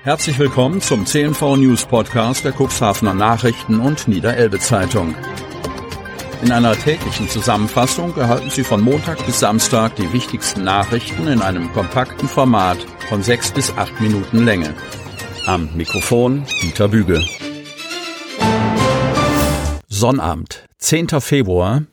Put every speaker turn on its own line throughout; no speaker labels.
Herzlich willkommen zum CNV News Podcast der Cuxhavener Nachrichten und Niederelbe Zeitung. In einer täglichen Zusammenfassung erhalten Sie von Montag bis Samstag die wichtigsten Nachrichten in einem kompakten Format von 6 bis 8 Minuten Länge. Am Mikrofon Dieter Büge. Sonnabend, 10. Februar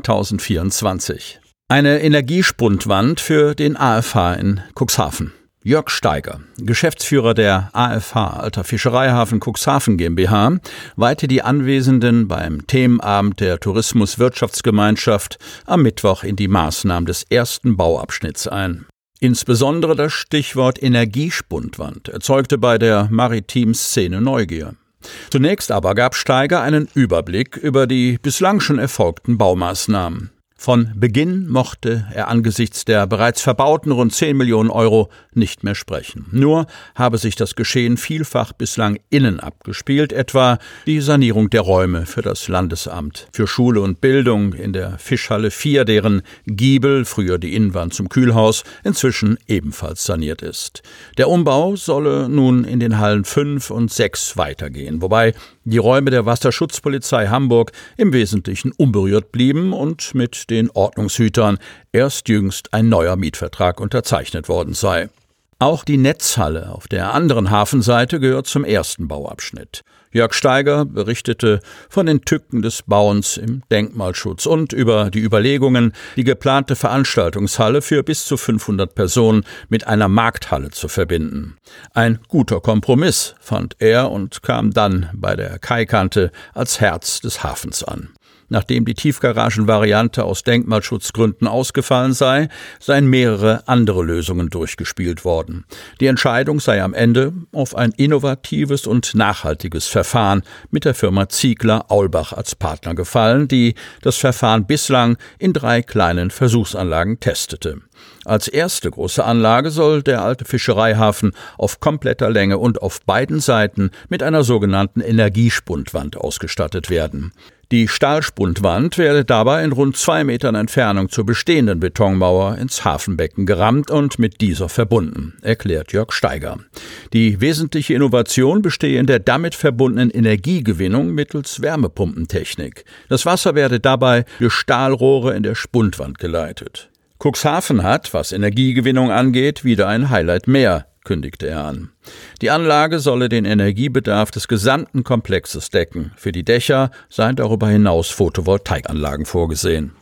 2024. Eine Energiespundwand für den AFH in Cuxhaven. Jörg Steiger, Geschäftsführer der AFH Alter Fischereihafen Cuxhaven GmbH, weihte die Anwesenden beim Themenabend der Tourismus-Wirtschaftsgemeinschaft am Mittwoch in die Maßnahmen des ersten Bauabschnitts ein. Insbesondere das Stichwort Energiespundwand erzeugte bei der maritimen Szene Neugier. Zunächst aber gab Steiger einen Überblick über die bislang schon erfolgten Baumaßnahmen. Von Beginn mochte er angesichts der bereits verbauten rund 10 Millionen Euro nicht mehr sprechen. Nur habe sich das Geschehen vielfach bislang innen abgespielt, etwa die Sanierung der Räume für das Landesamt für Schule und Bildung in der Fischhalle 4, deren Giebel, früher die Innenwand zum Kühlhaus, inzwischen ebenfalls saniert ist. Der Umbau solle nun in den Hallen 5 und 6 weitergehen, wobei die Räume der Wasserschutzpolizei Hamburg im Wesentlichen unberührt blieben und mit den Ordnungshütern erst jüngst ein neuer Mietvertrag unterzeichnet worden sei. Auch die Netzhalle auf der anderen Hafenseite gehört zum ersten Bauabschnitt. Jörg Steiger berichtete von den Tücken des Bauens im Denkmalschutz und über die Überlegungen, die geplante Veranstaltungshalle für bis zu 500 Personen mit einer Markthalle zu verbinden. Ein guter Kompromiss, fand er, und kam dann bei der Kaikante als Herz des Hafens an. Nachdem die Tiefgaragenvariante aus Denkmalschutzgründen ausgefallen sei, seien mehrere andere Lösungen durchgespielt worden. Die Entscheidung sei am Ende auf ein innovatives und nachhaltiges Verfahren mit der Firma Ziegler-Aulbach als Partner gefallen, die das Verfahren bislang in 3 kleinen Versuchsanlagen testete. Als erste große Anlage soll der alte Fischereihafen auf kompletter Länge und auf beiden Seiten mit einer sogenannten Energiespundwand ausgestattet werden. Die Stahlspundwand werde dabei in rund 2 Metern Entfernung zur bestehenden Betonmauer ins Hafenbecken gerammt und mit dieser verbunden, erklärt Jörg Steiger. Die wesentliche Innovation bestehe in der damit verbundenen Energiegewinnung mittels Wärmepumpentechnik. Das Wasser werde dabei durch Stahlrohre in der Spundwand geleitet. Cuxhaven hat, was Energiegewinnung angeht, wieder ein Highlight mehr, kündigte er an. Die Anlage solle den Energiebedarf des gesamten Komplexes decken. Für die Dächer seien darüber hinaus Photovoltaikanlagen vorgesehen.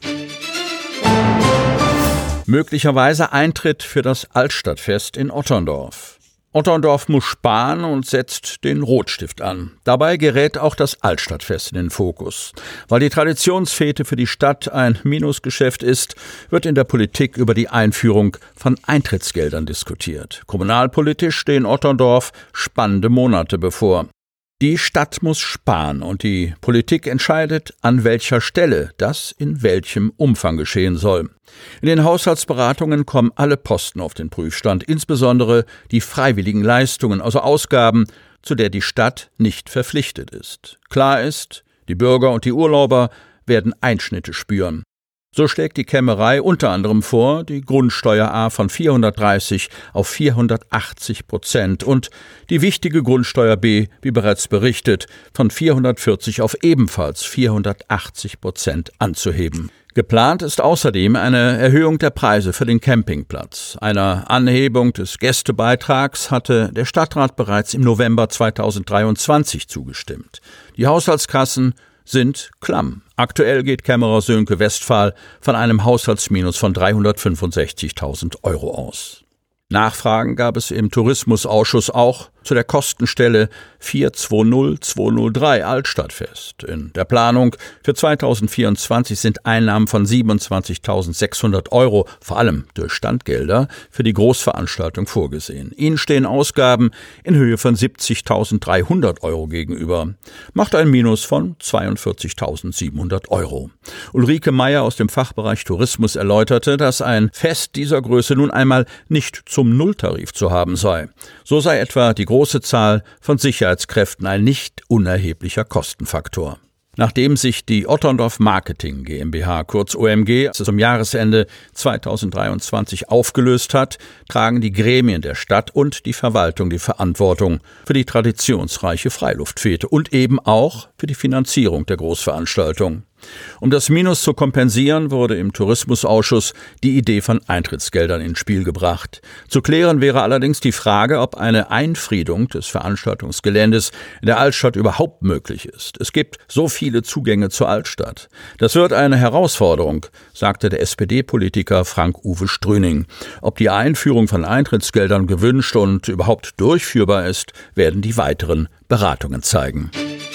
Möglicherweise Eintritt für das Altstadtfest in Otterndorf. Otterndorf muss sparen und setzt den Rotstift an. Dabei gerät auch das Altstadtfest in den Fokus. Weil die Traditionsfete für die Stadt ein Minusgeschäft ist, wird in der Politik über die Einführung von Eintrittsgeldern diskutiert. Kommunalpolitisch stehen Otterndorf spannende Monate bevor. Die Stadt muss sparen und die Politik entscheidet, an welcher Stelle das in welchem Umfang geschehen soll. In den Haushaltsberatungen kommen alle Posten auf den Prüfstand, insbesondere die freiwilligen Leistungen, also Ausgaben, zu der die Stadt nicht verpflichtet ist. Klar ist, die Bürger und die Urlauber werden Einschnitte spüren. So schlägt die Kämmerei unter anderem vor, die Grundsteuer A von 430 auf 480% und die wichtige Grundsteuer B, wie bereits berichtet, von 440 auf ebenfalls 480% anzuheben. Geplant ist außerdem eine Erhöhung der Preise für den Campingplatz. Einer Anhebung des Gästebeitrags hatte der Stadtrat bereits im November 2023 zugestimmt. Die Haushaltskassen sind klamm. Aktuell geht Kämmerer Sönke Westphal von einem Haushaltsminus von 365.000 Euro aus. Nachfragen gab es im Tourismusausschuss auch zu der Kostenstelle 420203 Altstadtfest. In der Planung für 2024 sind Einnahmen von 27.600 Euro, vor allem durch Standgelder, für die Großveranstaltung vorgesehen. Ihnen stehen Ausgaben in Höhe von 70.300 Euro gegenüber. Macht ein Minus von 42.700 Euro. Ulrike Meyer aus dem Fachbereich Tourismus erläuterte, dass ein Fest dieser Größe nun einmal nicht zum Nulltarif zu haben sei. So sei etwa die große Zahl von Sicherheitskräften ein nicht unerheblicher Kostenfaktor. Nachdem sich die Otterndorf Marketing GmbH, kurz OMG, zum Jahresende 2023 aufgelöst hat, tragen die Gremien der Stadt und die Verwaltung die Verantwortung für die traditionsreiche Freiluftfete und eben auch für die Finanzierung der Großveranstaltung. Um das Minus zu kompensieren, wurde im Tourismusausschuss die Idee von Eintrittsgeldern ins Spiel gebracht. Zu klären wäre allerdings die Frage, ob eine Einfriedung des Veranstaltungsgeländes in der Altstadt überhaupt möglich ist. Es gibt so viele Zugänge zur Altstadt. Das wird eine Herausforderung, sagte der SPD-Politiker Frank-Uwe Strüning. Ob die Einführung von Eintrittsgeldern gewünscht und überhaupt durchführbar ist, werden die weiteren Beratungen zeigen.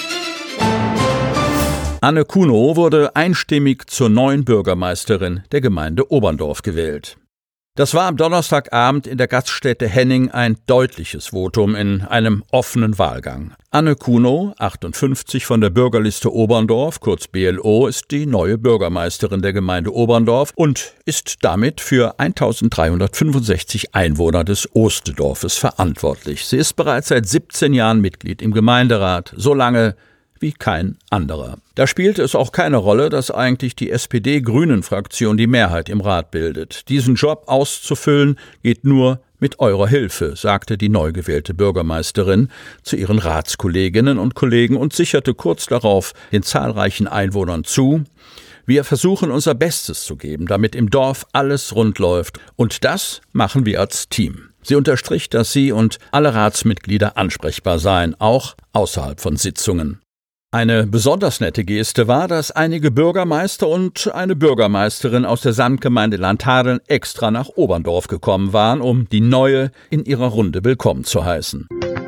Anne Kunow wurde einstimmig zur neuen Bürgermeisterin der Gemeinde Oberndorf gewählt. Das war am Donnerstagabend in der Gaststätte Henning ein deutliches Votum in einem offenen Wahlgang. Anne Kunow, 58 von der Bürgerliste Oberndorf, kurz BLO, ist die neue Bürgermeisterin der Gemeinde Oberndorf und ist damit für 1365 Einwohner des Ostedorfes verantwortlich. Sie ist bereits seit 17 Jahren Mitglied im Gemeinderat, so lange wie kein anderer. Da spielt es auch keine Rolle, dass eigentlich die SPD-Grünen-Fraktion die Mehrheit im Rat bildet. Diesen Job auszufüllen geht nur mit eurer Hilfe, sagte die neu gewählte Bürgermeisterin zu ihren Ratskolleginnen und Kollegen und sicherte kurz darauf den zahlreichen Einwohnern zu: Wir versuchen unser Bestes zu geben, damit im Dorf alles rund läuft. Und das machen wir als Team. Sie unterstrich, dass sie und alle Ratsmitglieder ansprechbar seien, auch außerhalb von Sitzungen. Eine besonders nette Geste war, dass einige Bürgermeister und eine Bürgermeisterin aus der Samtgemeinde Landhadeln extra nach Oberndorf gekommen waren, um die Neue in ihrer Runde willkommen zu heißen.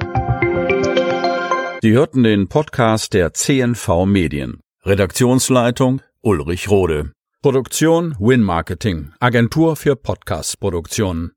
Sie hörten den Podcast der CNV Medien. Redaktionsleitung Ulrich Rode. Produktion Win Marketing, Agentur für Podcast-Produktionen.